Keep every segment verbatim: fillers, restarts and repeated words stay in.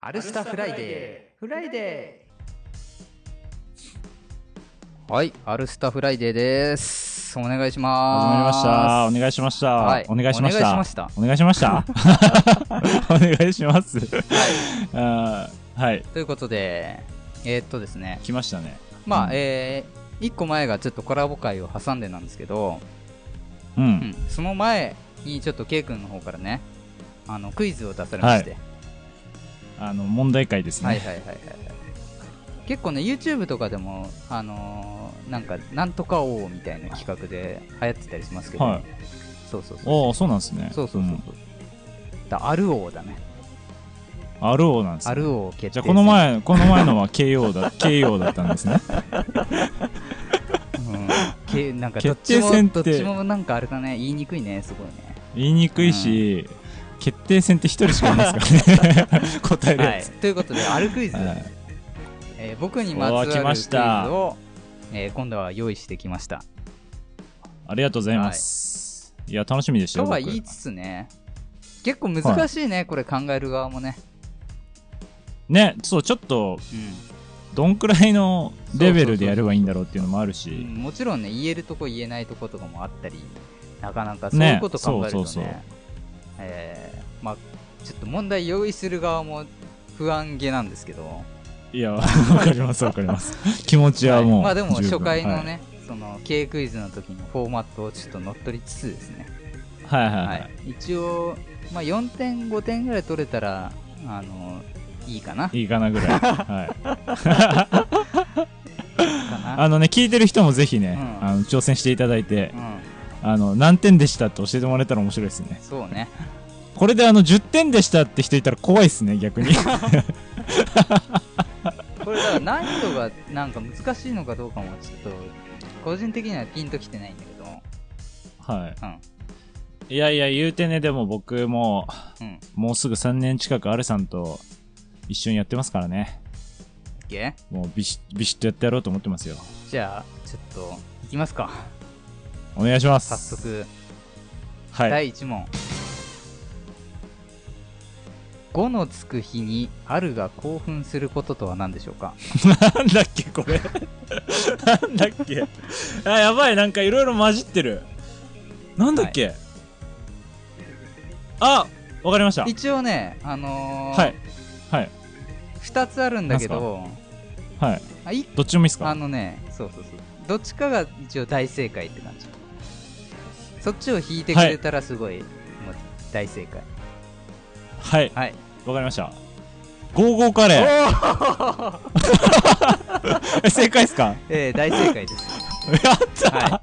アルスタフライデーフライデー。はい、アルスタフライデーです。お願いします。 始まりました。お願いしました。 はい、 お願いしました。 お願いしました。 お願いしました。お願いします。はい。あはい。 ということで、えー、っとですね。 来ましたね。 まあ、 うん、 えー、いっこまえがちょっとコラボ会を挟んでなんですけど、 うん。うん、 その前にちょっと K 君の方からね、あのクイズを出されまして。はい、 あの問題回ですね。 はいはいはいはい。結構ね YouTube とかでもあのー、なんかなんとか王みたいな企画で流行ってたりしますけど、はい、そうそうそう。 おお、そうなんですね。 そうそうそうそう。うん、だアル王だね。 アル王なんですね。 アル王決定。 じゃあこの前この前のは ケーオー だ ケーオー だったんですね。 うん、けなんかどっちも決定戦ってどっちもなんかあれだね、言いにくいね、すごいね。 言いにくいし。うん、決定戦って一人しかいないですからね。答えるやつ、 はい、ということであるクイズ、はい、えー、僕にまつわるクイズを、えー、今度は用意してきました。ありがとうございます、はい、いや楽しみでしたよ。 とは言いつつね、結構難しいね、はい、これ考える側もねね、そうちょっと、うん、どんくらいのレベルでやればいいんだろうっていうのもあるし、 もちろんね言えるとこ言えないとことかもあったり、なかなかそういうこと考えるとね、そうそうそう、えーまあ、ちょっと問題用意する側も不安げなんですけど、 いやわかりますわかります気持ちはもう、はい、 まあでも初回のね、はい、その K クイズの時のフォーマットをちょっと乗っ取りつつですね、 はいはいはい、はい、 一応、まあ、よんてんごてんぐらい取れたらあのいいかないいかなぐらい、はいあのね聞いてる人もぜひね、うん、あの挑戦していただいて、うん、あの何点でしたって教えてもらえたら面白いですね。 そうね、 これであのじゅってんでしたって人いたら怖いですね逆に。 これだから難易度がなんか難しいのかどうかもちょっと個人的にはピンときてないんだけど、 はい、うん、いやいや言うてね、でも僕も、うん、もうすぐさんねん近くアルさんと一緒にやってますからね。もうビシッビシッとやってやろうと思ってますよ。 じゃあちょっといきますか。 お願いします。 早速、 はい、 だいいち問。ごのつく日にあるが興奮することとは何でしょうか。 なんだっけこれ。なんだっけ。あ、やばい、なんかいろいろ混じってる。なんだっけ、はい、あ、わかりました。 一応ね、あのー、 はいはいふたつあるんだけど、 はい、どっちもいいっすか。 あのね、そうそうそう、どっちかが一応大正解って感じ。そっちを引いてくれたらすごい、はい、もう大正解。 はいはい、 わかりました。ゴーゴーカレー。正解っすか。 えー、大正解です。 やった、はい、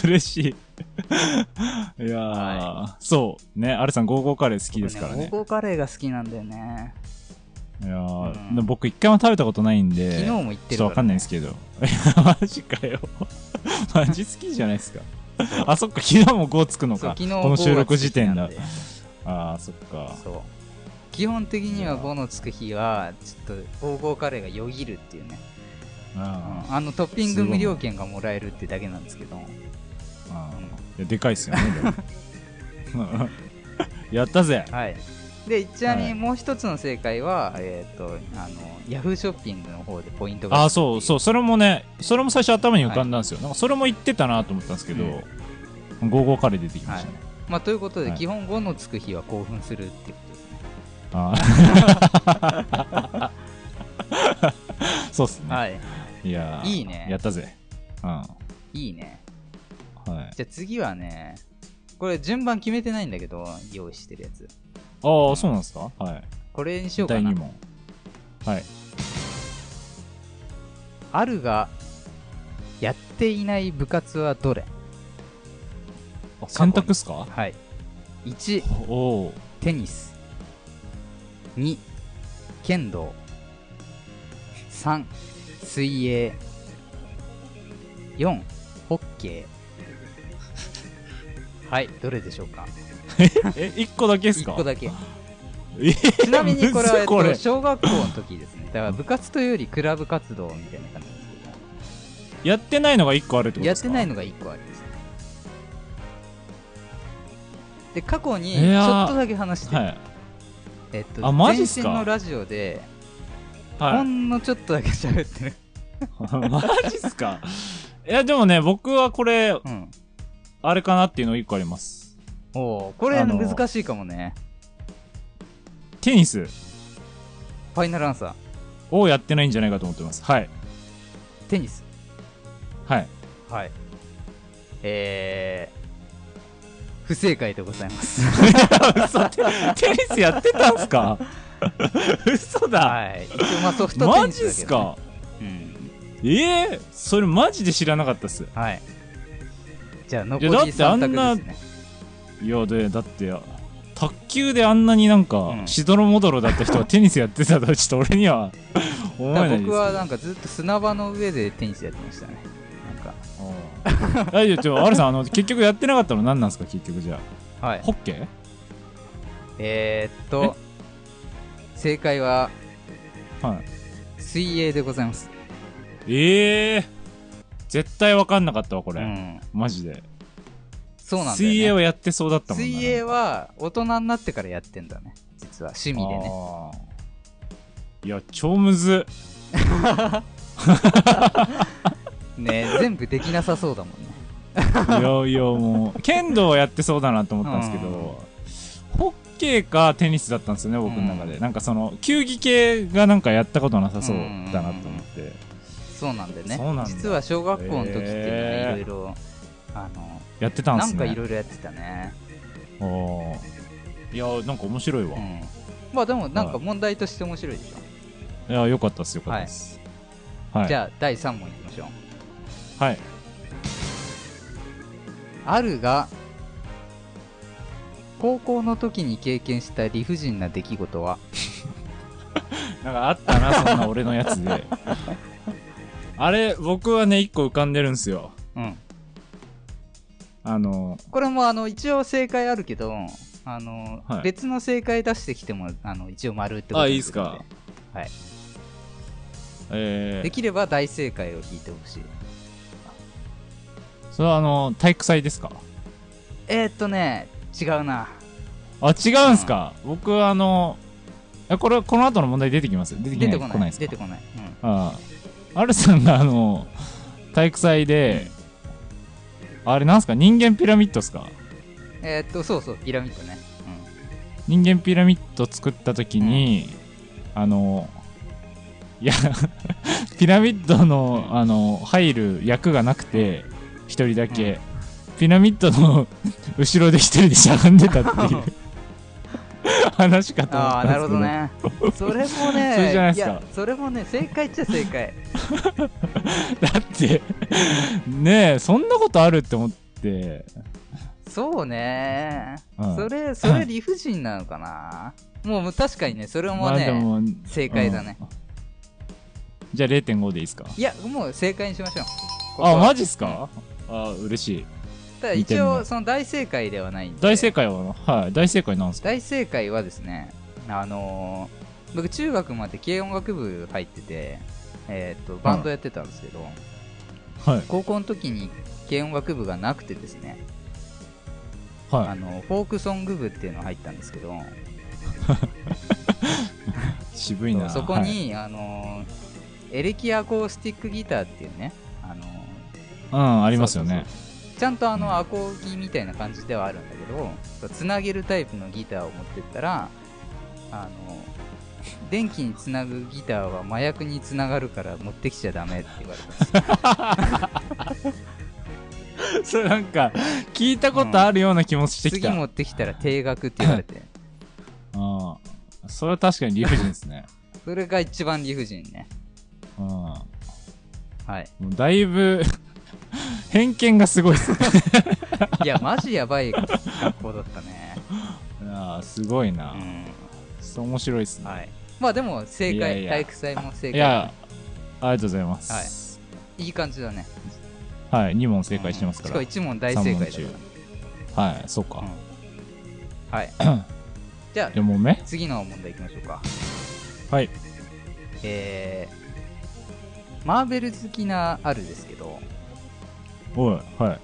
嬉しい。いやー、はい、そうね、アルさんゴーゴーカレー好きですからね。 ゴーゴーカレーが好きなんだよね。 いやー、うん、僕一回も食べたことないんで昨日も言ってるから、ね、 ちょっとわかんないんですけど。マジかよ。マジ好きじゃないですか。あ、そっか、昨日もごつくのか、この収録時点だ。あー、そっか。そう、 基本的にはごのつく日はちょっとゴーゴーカレーがよぎるっていうね。あ, あのトッピング無料券がもらえるってだけなんですけど、 あ、いやでかいっすよね。でもやったぜ。 はい。でちなみにもう一つの正解は、はい、えっ、ー、とあのヤフーショッピングの方でポイントが、 あ、そうそう、それもね、それも最初頭に浮かんだんですよ、はい、なんかそれも言ってたなと思ったんですけど、うん、ゴーゴーカレー出てきましたね、はい。 まあ、ということで、はい、基本ごのつく日は興奮するっていうことですね。 あそうっすね。 はい。 いやいいね。 やったぜ。うん。 いいね。 はい。 じゃあ次はね、これ順番決めてないんだけど、用意してるやつ。 ああ、うん、そうなんですか。はい。 これにしようかな。 だいに問。はい。 あるがやっていない部活はどれ？ 選択っすか？ はい。いち、 おテニス。に、剣道。さん、水泳。よん、ホッケー。はい、どれでしょうか。 え、いっこだけっすか？ いっこだけ。 えちなみにこれは、えっと、小学校の時ですね。だから部活というよりクラブ活動みたいな感じですけど。 やってないのがいっこあるってことですか？ やってないのがいっこあるんです。で過去にちょっとだけ話してる、はい、 えっとあマジっすか。 前身のラジオで、 はい、 ほんのちょっとだけ喋ってるマジっすか。いやでもね僕はこれ、うん、あれかなっていうのいっこあります。 おおこれ難しいかもね。 テニスファイナルアンサーをやってないんじゃないかと思ってます。はい。 テニスはいはいえー、不正解でございます嘘テテニスやってたんすか嘘だ。 はい一応まあソフトテニスだけど、ね、 マジっすか。うん、えー、それマジで知らなかったっす。 はいじゃあ残りさん択ですね。 いやでだって卓球であんなになんか、うん、しどろもどろだった人がテニスやってたとちょっと俺には思えないです。 僕はなんかずっと砂場の上でテニスやってましたね。 なんかあいやちょアルさんあの結局やってなかったの何なんですか結局じゃあ。 はいホッケーえー、っと正解は、 はい、 水泳でございます。 ええー、絶対分かんなかったわこれ、うん、マジで。 そうなんだよね。 水泳はやってそうだったもんね。 水泳は大人になってからやってんだね実は趣味でね。 いや超むずねえ全部できなさそうだもんね。 いやいやもう剣道はやってそうだなと思ったんですけど、うん、ホッケーかテニスだったんですよね僕の中で、うん、なんかその球技系がなんかやったことなさそうだなと思って、うん、 そうなんでね。実は小学校の時っていうのはいろいろあのやってたんですね。 なんかいろいろやってたね。 おいやなんか面白いわ、うん、 まあでもなんか問題として面白いでしょ。いやよかったですよかったです、 はいはい、じゃあだいさん問いきましょう。 はい。 あるが高校の時に経験した理不尽な出来事はなんかあったなそんな俺のやつであれ僕はねいっこ浮かんでるんすよ。うんあのこれもあの一応正解あるけどあの、はい、別の正解出してきてもあの一応丸ってことで。あいいですか。 はい、 えー、 できれば大正解を引いてほしい。 それはあの体育祭ですか。 えー、っとね違うなあ違うんすか、うん、僕はあのこれこの後の問題出てきます。出てきない出てこないですか。 出てこない、 うん、ああるさんがあの体育祭で、うん、あれなんすか人間ピラミッドっすか。 えー、っとそうそうピラミッドね、 うん、人間ピラミッド作った時に、うん、あのいやピラミッドの、うん、あの入る役がなくて一人だけ、うん、ピラミッドの後ろで一人でしゃがんでたっていう話かと思ったんですけど。ああなるほどね。 それもねそれじゃないですか。 いやそれもね正解っちゃ正解だってねえそんなことあるって思って。 そうね、うん、それそれ理不尽なのかなもう確かにねそれもね、まあ、正解だね、うん、 じゃあ れいてんご でいいですか。 いやもう正解にしましょう。 ここあマジっすか、うん、あ嬉しい。 ただ一応その大正解ではないんで。 大正解ははい大正解なんですか。 大正解はですねあのー、僕中学まで軽音楽部入っててえー、っとバンドやってたんですけど、はい、高校の時に軽音楽部がなくてですね、はい、あのフォークソング部っていうの入ったんですけど渋いな。 そ, そこに、はい、あのエレキアコースティックギターっていうねあのうんありますよね。 そうそうそうちゃんとあの、うん、アコギみたいな感じではあるんだけどつなげるタイプのギターを持ってったらあの電気につなぐギターは麻薬につながるから持ってきちゃダメって言われたんですそれなんか聞いたことあるような気もしてきた、 うん、次持ってきたら定額って言われてああそれは確かに理不尽ですねそれが一番理不尽ね。 うんはいもうだいぶ偏見がすごいっすねいやマジやばい学校だったね。 あすごいな、うん、そう面白いっすね、 はい、まあでも正解。いやいや体育祭も正解。 いやありがとうございます、 はい、いい感じだね。 はいに問正解してますから、うん、 しかもいち問大正解だから。はいそうか、うん、 はいじゃあよん問目次の問題いきましょうか。 はいえー、マーベル好きなあるですけどおいはい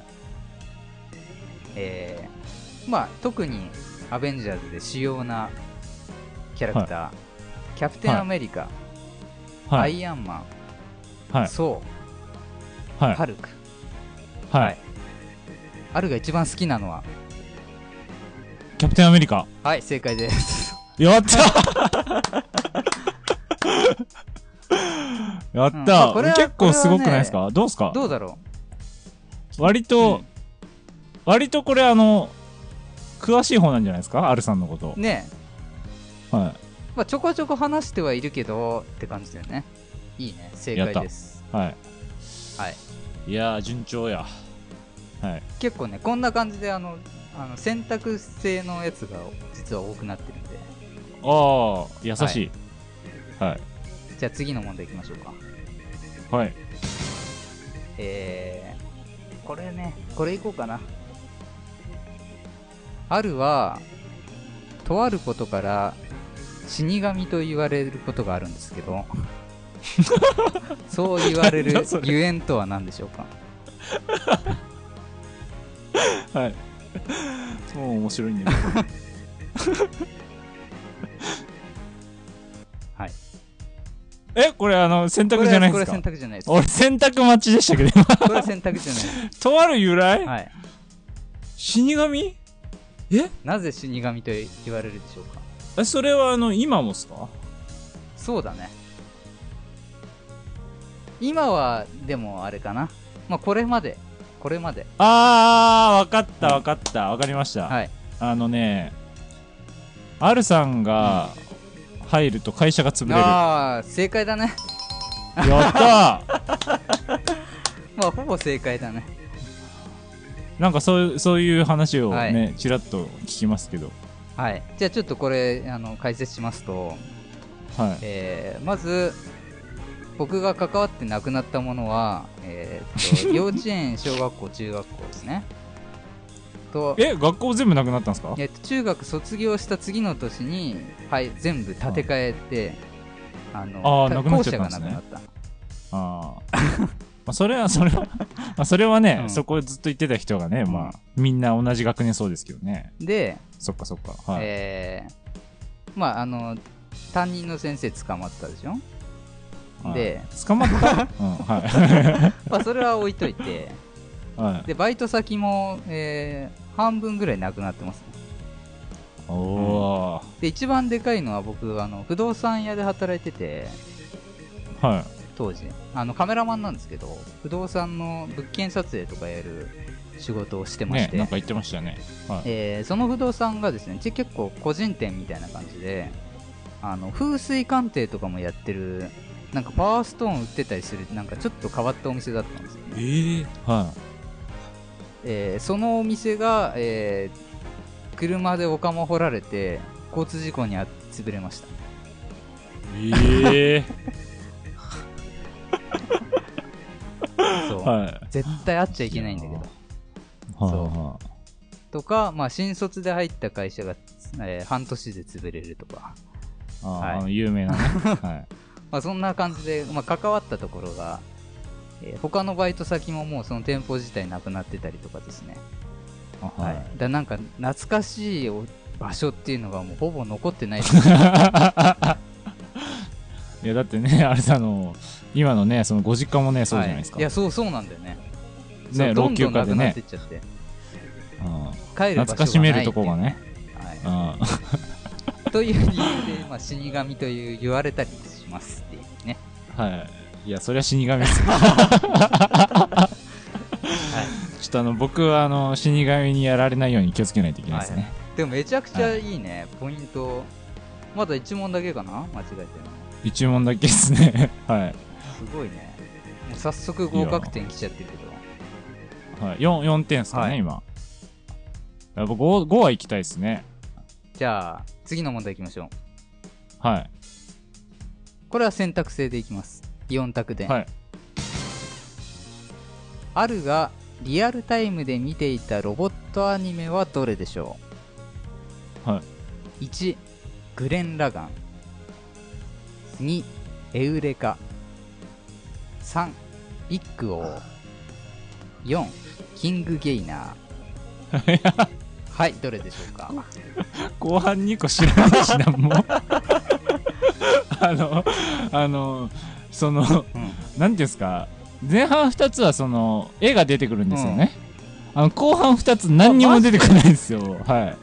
えー、まあ特にアベンジャーズで主要なキャラクター、はい、キャプテンアメリカ、はい、アイアンマン、はい、ソー、はい、ハルク、はい、はい、あるが一番好きなのはキャプテンアメリカ。 はい、正解ですやったやった、うん、まあ、これは結構すごくないですか、ね、どうですか。 どうだろう。割と、うん、割とこれあの詳しい方なんじゃないですか、アルさんのことね。 え、はい、 まあ、ちょこちょこ話してはいるけどって感じだよね。いいね、正解です。 はい、 はい、 いやー順調や。はい、 結構ねこんな感じであのあの選択制のやつが実は多くなってるんで。 ああ優しい。はい、はい、 じゃあ次の問題いきましょうか。 はい。 えー、これね、これいこうかな。あるはとあることから死神と言われることがあるんですけどそう言われるゆえんとは何でしょうか。 はい、もう面白いんだけどはい。 え、これあの選択じゃないですか。 これ選択じゃないです。 俺選択待ちでしたけどこれ選択じゃないとある由来、 はい、 死神。え、 なぜ死神と言われるでしょうか。 え、それはあの今もっすか。 そうだね、今はでもあれかな、まあこれまでこれまであー、わかったわかったわかりました。はい、あのね、アルさんが入ると会社が潰れる。 ああ正解だねやったーまあほぼ正解だね。 なんかそういうそういう話をね、はい、ちらっと聞きますけど。 はい、じゃあちょっとこれあの解説しますと、はい、えー、まず僕が関わって亡くなったものは、えー、っと幼稚園、小学校、中学校ですね。とえ、学校全部なくなったんですか。 えー、っと中学卒業した次の年に、はい、全部建て替えて、あのあー、 校舎がなくなった。 あまあそれはそれはまあそれはね、うん、そこずっと言ってた人がね、まあみんな同じ学年そうですけどね。 で、 そっかそっか、はい、 えー、まああの担任の先生捕まったでしょ。で捕まった、うん、はいまあそれは置いといて、はい、でバイト先も、えー、半分ぐらいなくなってますね。 おー、 うん、で一番でかいのは僕あの不動産屋で働いてて、 はい、 当時あのカメラマンなんですけど不動産の物件撮影とかやる仕事をしてまして、 ね、なんか言ってましたね、 はい、えー、その不動産がですね結構個人店みたいな感じで、あの風水鑑定とかもやってる、なんかパワーストーン売ってたりする、なんかちょっと変わったお店だったんですよね。 えー、はい、 えー、そのお店が、えー、車で丘も掘られて交通事故にあ潰れました。 ええーそう、はい、絶対会っちゃいけないんだけど、 はあ、 そうとか、まあ、新卒で入った会社が、えー、半年で潰れるとか、 あ、はい、有名なね、はい、 まあそんな感じで、まあ、関わったところが、えー、他のバイト先ももうその店舗自体なくなってたりとかですね、 はい、 はい、だなんか懐かしい場所っていうのがもうほぼ残ってないですいやだってね、あれさ、あの今のねそのご実家もねそうじゃないですか。 はい、いやそうそうなんだよね。 ね、老朽化でね、 帰る場所がないっていう、 懐かしめるとこがね、 はい、という理由で、まあ、死神という言われたりしますっていうね。 はい、いやそりゃ死神ですよ、はい、ちょっとあの僕はあの死神にやられないように気をつけないといけないですね、はい、 でもめちゃくちゃいいね、はい、ポイントまだいち問だけかな、間違えてるのいち問だけですねはい、 すごいね、もう早速合格点来ちゃってるけど、 はい、よん, よんてんですかね、はい、今やっぱ ご, ごは行きたいですね。 じゃあ次の問題いきましょう。 はい、 これは選択制でいきます。よん択で、 はい、 あるがリアルタイムで見ていたロボットアニメはどれでしょう。はい、 いちグレン・ラガン、にエウレカ、さんビッグオー、よんキングゲイナーはい、どれでしょうか。 後半にこ知らないしな、もう。あの、あの、その、うん、なんていうんですか、前半ふたつはその、絵が出てくるんですよね。うん、あの、後半ふたつ何にも出てこないんですよ。はい。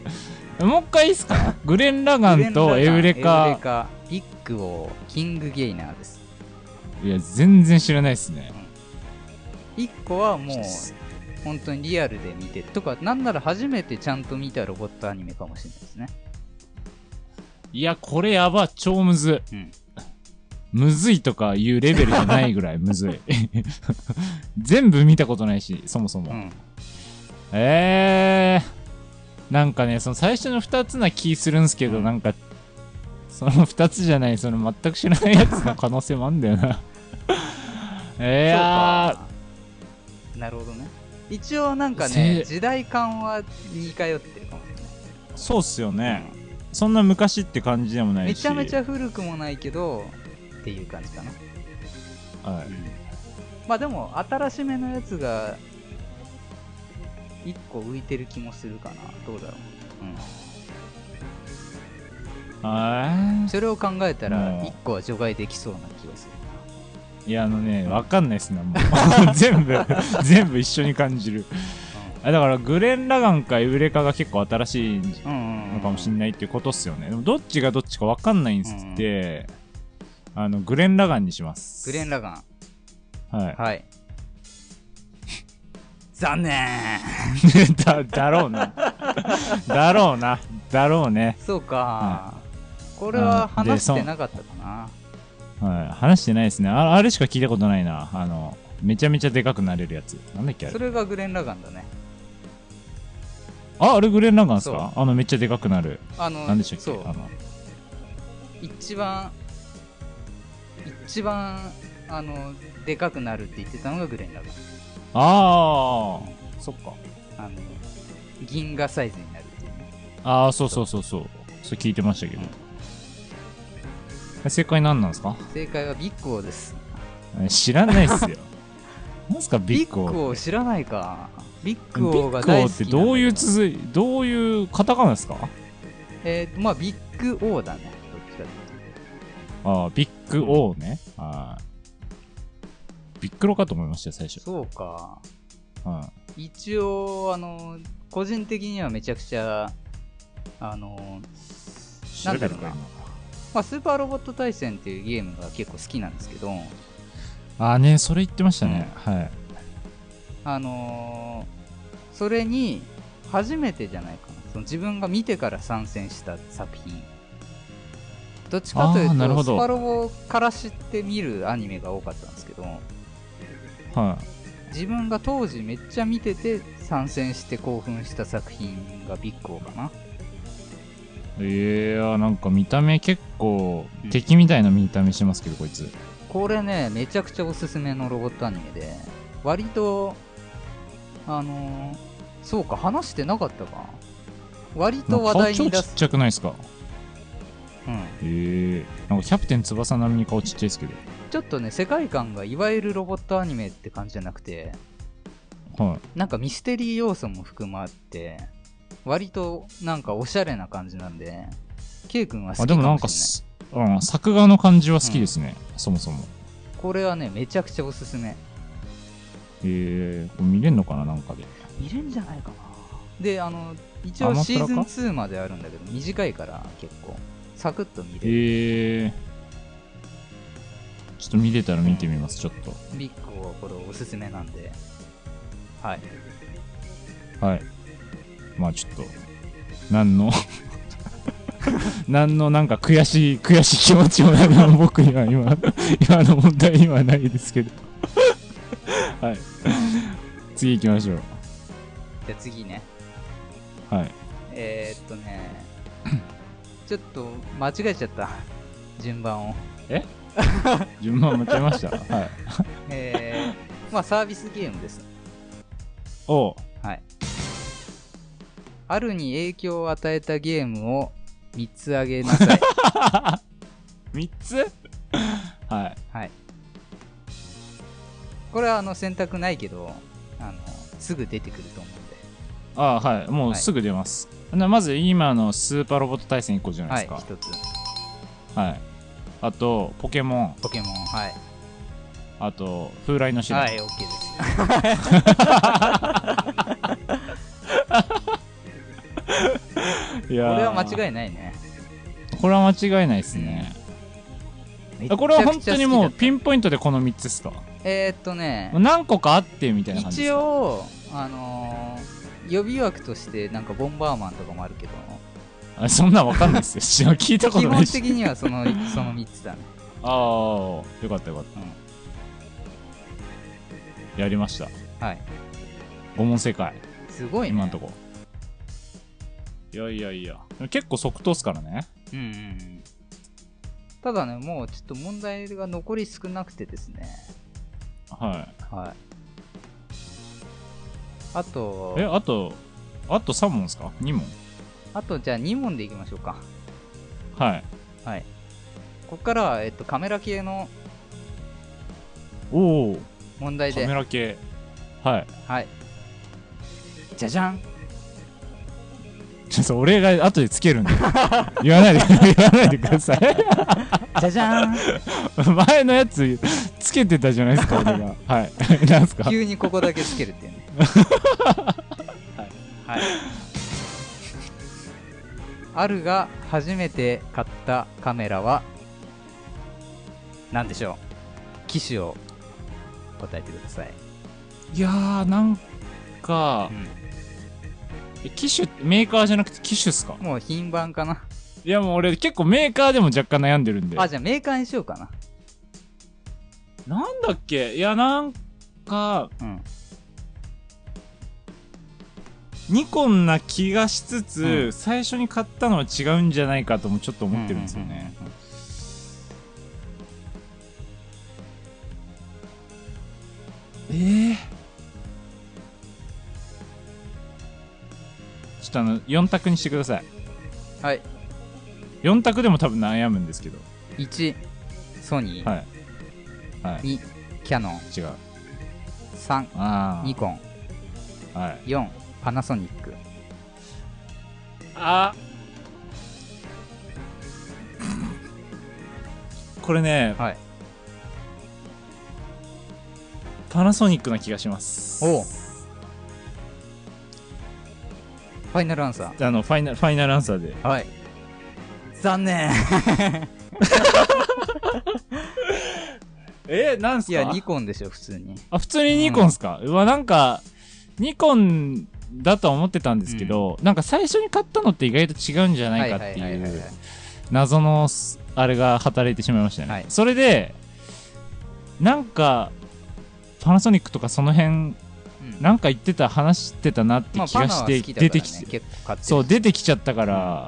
もう一回いいっすか。グレン・ラガンとエウレカ。 エウレカ、ビッグ王、キング・ゲイナーです。 いや、全然知らないっすね。 いっこはもう、本当にリアルで見てとか、なんなら初めてちゃんと見たロボットアニメかもしれないですね。 いや、これやば、超むずい。うん、むずいとかいうレベルじゃないぐらいむずい。全部見たことないし、そもそも。うん、えー。なんかね、その最初のふたつな気するんすけど、うん、なんか、そのふたつじゃない、その全く知らないやつの可能性もあんだよな。えー。 なるほどね。一応なんかね、時代感は似通ってるかもしれない。 そうっすよね、うん、そんな昔って感じでもないし、 めちゃめちゃ古くもないけどっていう感じかな。はい、うん、まあでも新しめのやつがいっこ浮いてる気もするかな。どうだろう、うん、それを考えたらいっこは除外できそうな気がする。 いや、あのね、わかんないっすね、もう。全部、全部一緒に感じる。うん、だから、グレン・ラガンかエウレカが結構新しいのかもしんないっていうことっすよね。でも、どっちがどっちかわかんないんすって、うん、あの、グレン・ラガンにします。 グレン・ラガン。 はい。 はい。残念だ、だろうな。だろうな。だろうね。 そうか。はい、これは話してなかったかな。 はい、話してないですね。あ, あれしか聞いたことないな。あの、めちゃめちゃでかくなれるやつ。なんだっけあれ。 それがグレン・ラガンだね。 あ、あれグレン・ラガンですか？あの、めっちゃでかくなる。 あの、 なんでしたっけ？ そう。 あの、 一番、一番、あの、でかくなるって言ってたのがグレン・ラガン。 ああ、そっか。あの、 銀河サイズになるっていうね。 ああ、そうそうそうそう。それ聞いてましたけど。正解何なんですか？ 正解はビッグ王です。 知らないっすよ。何すかビッグ王？ ビッグ王知らないか。ビッグ王が大好きなんだけど。 ビッグ王ってどういう続い、どういうカタカナですか？ えーと、まあビッグ王だね。どっちかっていうと。ああ、ビッグ王ね。うん、あビックロかと思いましたよ、最初。 そうか。 うん、 一応、あの、個人的にはめちゃくちゃ、あの、なんだろうな。まあ、スーパーロボット対戦っていうゲームが結構好きなんですけど、 ああね、それ言ってましたね、うん、はい。 あのー、それに初めてじゃないかな、その自分が見てから参戦した作品。どっちかというとスパロボから知って見るアニメが多かったんですけど、 はい、 自分が当時めっちゃ見てて参戦して興奮した作品がビッグオーかな。 えー、なんか見た目結構敵みたいな見た目してますけど、うん、こいつこれねめちゃくちゃおすすめのロボットアニメで、割とあのー、そうか話してなかったか、割と話題に出す。 顔超ちっちゃくないですか？うん、えー、なんかキャプテン翼並みに顔ちっちゃいですけど、 ちょっとね世界観がいわゆるロボットアニメって感じじゃなくて、 はい、 なんかミステリー要素も含まって割となんかおしゃれな感じなんで、ケイ君は好きかもしれない。あ、でもなんか、 うん、作画の感じは好きですね、うん、そもそも。 これはねめちゃくちゃおすすめ。 えー、これ見れんのかな、なんかで。 見れんじゃないかな。で、あの一応シーズンツーまであるんだけど短いから結構サクッと見れる。 えー、ちょっと見れたら見てみます、うん、ちょっと。 ビッグはこれおすすめなんで、はいはい。まあちょっと何の何のなんか悔しい悔しい気持ちもない僕には今今の問題にはないですけどはい、次行きましょう。 じゃあ次ね。 はい。 えー、っとねちょっと間違えちゃった順番を。 え順番間違えました。はい。 えー、まあサービスゲームです。 おう。 はい。あるに影響を与えたゲームをみっつあげなさい。 みっつ？はい。 はい。これはあの選択ないけど、あのすぐ出てくると思うんで。 あはいもうすぐ出ます、はい、まず今のスーパーロボット対戦いっこじゃないですか。 はい、ひとつ。 はい。あとポケモン。 ポケモン、はい。 あと風来の試練。 はい、 OK です。いやこれは間違いないね。 これは間違いないですね、うん、これは本当にもうピンポイントでこのみっつですか？ えー、っとね何個かあってみたいな感じですか？ 一応あのー、予備枠としてなんかボンバーマンとかもあるけど、 あそんなんわかんないですよ聞いたことないし。 基本的にはそのそのみっつだね。 ああよかったよかった、うん、やりました。はい。ご問正解。 すごいね今んとこ。いやいやいや結構即答っすからね。 うんうんうん。ただねもうちょっと問題が残り少なくてですね。 はいはい。あとえあとあとさん問ですか？に問。 あとじゃあに問でいきましょうか。 はいはい。ここからは、えっと、カメラ系のおお問題で。 カメラ系。はいはい。じゃじゃん。 ちょっと俺が後でつけるんで言わないで言わないでくださいじゃじゃん。 前のやつつけてたじゃないですか俺が。はいなんすか急にここだけつけるっていうねはい、はい、あるが初めて買ったカメラは何でしょう？機種を答えてください。 いやーなんか、うん機種メーカーじゃなくて機種っすか？ もう品番かな。 いやもう俺結構メーカーでも若干悩んでるんで。 あじゃあメーカーにしようかな。 なんだっけいやなんか、うん、ニコンな気がしつつ、うん、最初に買ったのは違うんじゃないかともちょっと思ってるんですよね。えーちょっとあのよん択にしてください。 はい。 よん択でも多分悩むんですけど。 いちソニー、はいはい、にキヤノン、 違う、 さんニコン、はい、よんパナソニック。 あこれね、はい、パナソニックな気がします。 おうファイナルアンサー。 あのファイナルファイナルアンサーで。 はい。残念。 えなんすか？ いやニコンでしょ普通に。 あ普通にニコンっすか？うん、うわなんかニコンだとは思ってたんですけど、うん、なんか最初に買ったのって意外と違うんじゃないかっていう謎のあれが働いてしまいましたね。はい、それでなんかパナソニックとかその辺、うん、なんか言ってた話してたなって気がして、まあ、出てきてそう出てきちゃったから、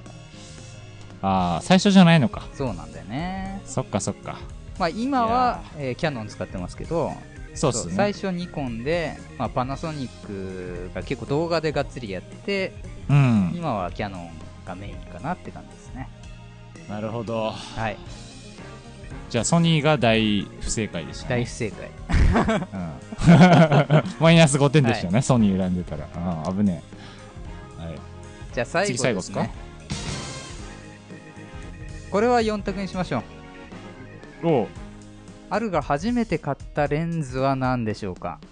うん、ああ最初じゃないのか。 そうなんだよね。 そっかそっか。 まあ今は、えー、キヤノン使ってますけど、 そうっすね、 最初ニコンで、まあ、パナソニックが結構動画でがっつりやってて、 うん、 今はキヤノンがメインかなって感じですね。 なるほど。 はい。 じゃあソニーが大不正解でしたね。 大不正解。 うん、マイナスごてんでしたね、はい、ソニー選んでたら。あ危ねえ。はい。 じゃあ最後ですね。次最後ですか？これはよん択にしましょう。 おう。 あるが初めて買ったレンズは何でしょうか？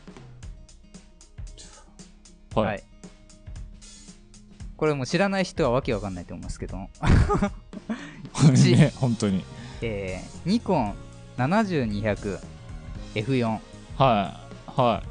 はい、はい、 これもう知らない人はわけわかんないと思いますけどいちね、本当に、 えー、ニコン ななじゅうにひゃくエフよん、 はいはい。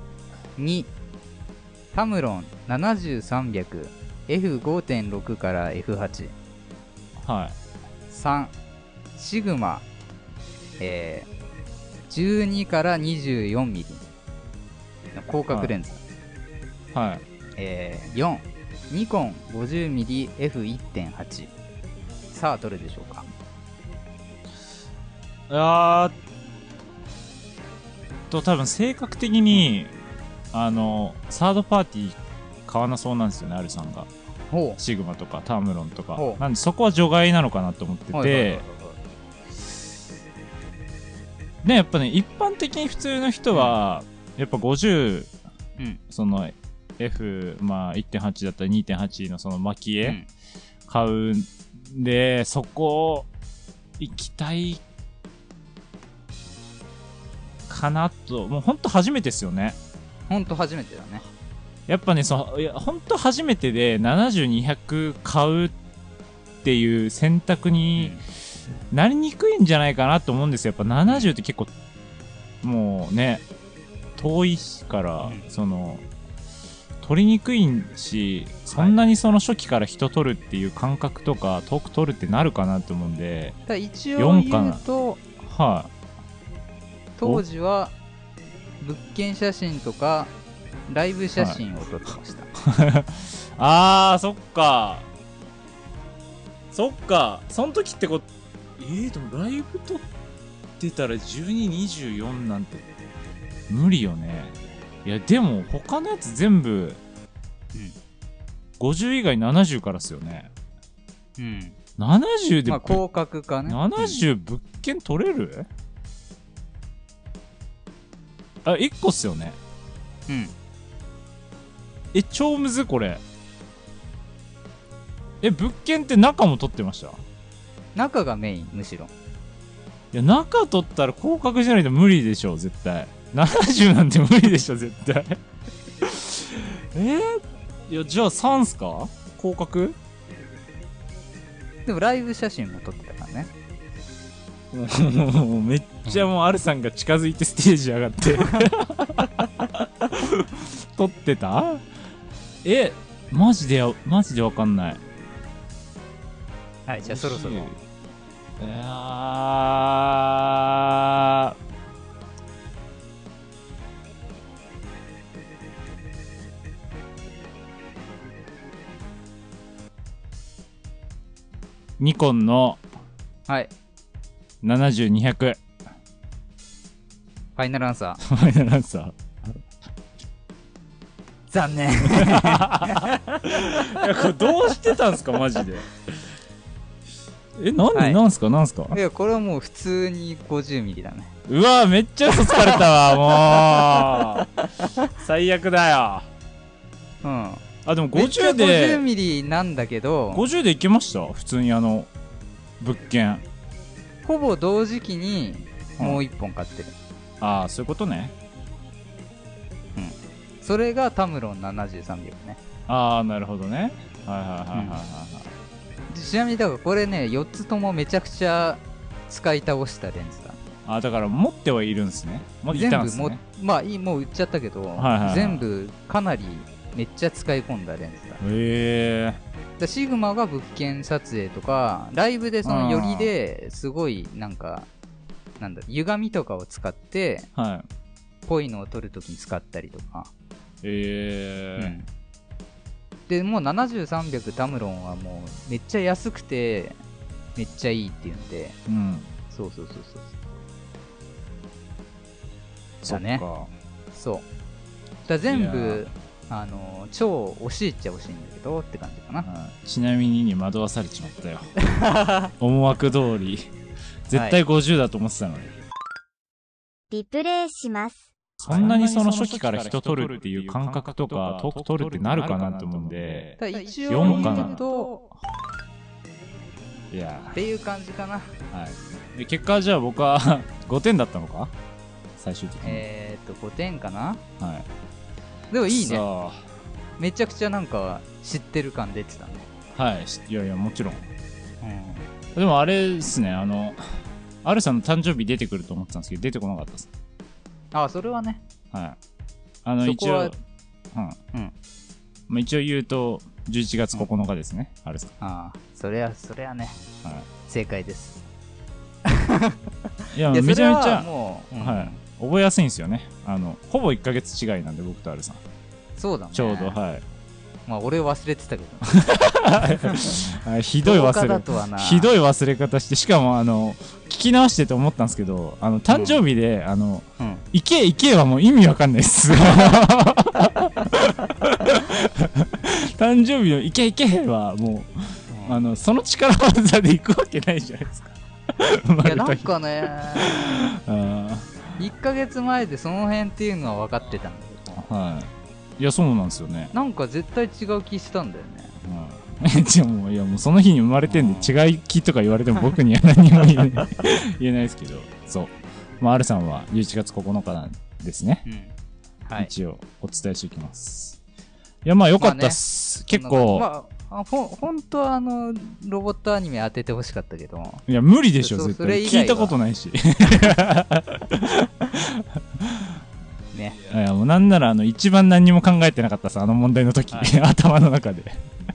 にタムロン ななじゅうさんびゃくエフごてんろく から エフはち、 はい、 さんシグマ、えー、じゅうにからにじゅうよんミリの広角レンズ、 はいはい、 えー、よんニコン ごじゅうミリエフいってんはち。 さあどれでしょうか？ あーと多分性格的にあのサードパーティー買わなそうなんですよね、アルさんが。シグマとかタムロンとかなんでそこは除外なのかなと思ってて、ね、やっぱね一般的に普通の人は、うん、やっぱごじゅう、うん、その F、まあ いってんはち だったら にてんはち のその蒔絵買うんで、そこ行きたいかなと。もうほんと初めてですよね。 ほんと初めてだね。 やっぱね、そいやほんと初めてでななじゅう、にひゃく買うっていう選択になりにくいんじゃないかなと思うんですよ。やっぱななじゅうって結構もうね遠いから、うん、その取りにくいし、そんなにその初期から人取るっていう感覚とか遠く取るってなるかなと思うんで、 だ一応言うと、 はい、 当時は物件写真とかライブ写真を撮ってました、 はい、あーそっかそっかその時ってこえーでもライブ撮ってたらじゅうに、にじゅうよんなんて無理よね。いやでも他のやつ全部、うん、ごじゅう以外ななじゅうからっすよね。 うんななじゅうで、 まあ広角かね。 ななじゅう物件取れる、うん、あいっこっすよね。 うんえ超むずこれ。え物件って中も取ってました？ 中がメインむしろ。 いや中取ったら広角じゃないと無理でしょ絶対。ななじゅうなんて無理でしょ絶対えー、いやじゃあさんすか広角。 でもライブ写真も撮ってたからねもうめっちゃもうアルさんが近づいてステージ上がって撮ってた。えマジでやマジでわかんない。 はいじゃあそろそろ。いやーニコンのはいななじゅう、にひゃくファイナルアンサーファイナルアンサー残念いやこれどうしてたんすかマジで。えなんで、はい、なんすかなんすか。 いやこれはもう普通に ごじゅうミリ だね。 うわめっちゃ嘘つかれたわもう最悪だよ。 うんあでもごじゅうでごじゅうミリ なんだけどごじゅうでいけました。普通にあの物件ほぼ同時期にもういっぽん買ってる、 うん、ああそういうことね。 うんそれがタムロンななじゅうさんびゃくね。 ああなるほどね。はいはいはいはいはい、 うん、ちなみにだからこれねよっつともめちゃくちゃ使い倒したレンズだ。 あだから持ってはいるんですね。持ってたんですね。 全部もまあいいもう売っちゃったけど、はいはいはい、全部かなりめっちゃ使い込んだレンズだ。 へえ。 シグマが物件撮影とかライブでその寄りですごいなんかなんだ歪みとかを使って、 はい、 ぽいのを撮るときに使ったりとか。 へえ、うん、 でもうななじゅうさんびゃくタムロンはもうめっちゃ安くてめっちゃいいっていうんで、 うん、 そうそうそうそうだね。そうだ全部あの超惜しいっちゃ惜しいんだけどって感じかな。 ちなみにに惑わされちまったよ思惑通り絶対ごじゅうだと思ってたのに、はい、 リプレイします。 そんなにその初期から人取るっていう感覚とか遠く取るってなるかなと思うんで、 一応よんかなといやっていう感じかな。 はい、で結果じゃあ僕はごてんだったのか最終的に。 えーっとごてんかな。 はいでもいいね。めちゃくちゃなんか知ってる感出てたね。 はいいやいやもちろん、うん、でもあれですねあのアルさんの誕生日出てくると思ってたんですけど出てこなかったです。 ああそれはね。 はいあの一応うん、うんまあ、一応言うとじゅういちがつここのかですね、うん、アルさん。 ああそれはそれはね、はい、正解ですいやめちゃめちゃもう、うん、はい覚えやすいんですよね。あのほぼいっかげつ違いなんで僕とアルさん。 そうだねちょうどはいまあ俺忘れてたけどひどい忘れひどい忘れ方して、しかもあの聞き直してて思ったんですけどあの誕生日で、うん、あの、うん、行け行けはもう意味わかんないっす誕生日の行け行けはもう、うん、あのその力技で行くわけないじゃないですかいやなんかねいっかげつまえでその辺っていうのは分かってたんだけど、 はい、 いや、そうなんですよね。 なんか絶対違う気したんだよね。 うん。じゃあもう、いやもうその日に生まれてんで違い気とか言われても僕には何も言えない言えないですけど、そう。まあ、R さんはじゅういちがつここのかなんですね。うん。はい。一応お伝えしておきます。いや、まあよかったっす。まあね、結構。まあ、ほ、ほんとあの、ロボットアニメ当ててほしかったけど。 いや、無理でしょ、絶対。聞いたことないし。ね。いや、もうなんなら、あの、一番何にも考えてなかったさ、あの問題の時、はい、頭の中で。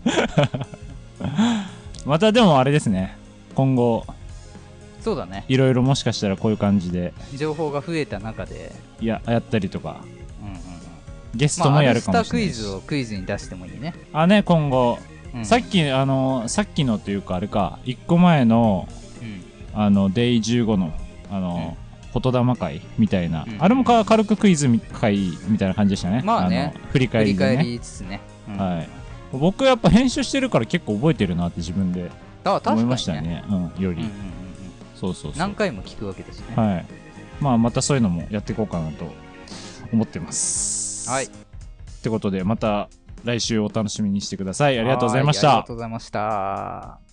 またでもあれですね。今後。 そうだね。 いろいろもしかしたらこういう感じで。 情報が増えた中で。 いや、やったりとか。うんうんうん。ゲストもやるかもしれないし。まあ、アルスタークイズをクイズに出してもいいね。 あ、ね、今後。うん、さっき、あの、さっきのというか、あれか、いっこまえの、うん、あの、デイじゅうごの、あの、うん、言霊会みたいな、うん、あれもか軽くクイズ会みたいな感じでしたね。 まあね。 あの振り返りで、ね。 振り返りつつね。 うん、はい。僕やっぱ編集してるから結構覚えてるなって自分で思いましたね。うん、より、うんうんうん。そうそうそう。 何回も聞くわけですね。 はい。まあ、またそういうのもやっていこうかなと思ってます。 はい。 ってことで、また、来週お楽しみにしてください。ありがとうございました。 ありがとうございました。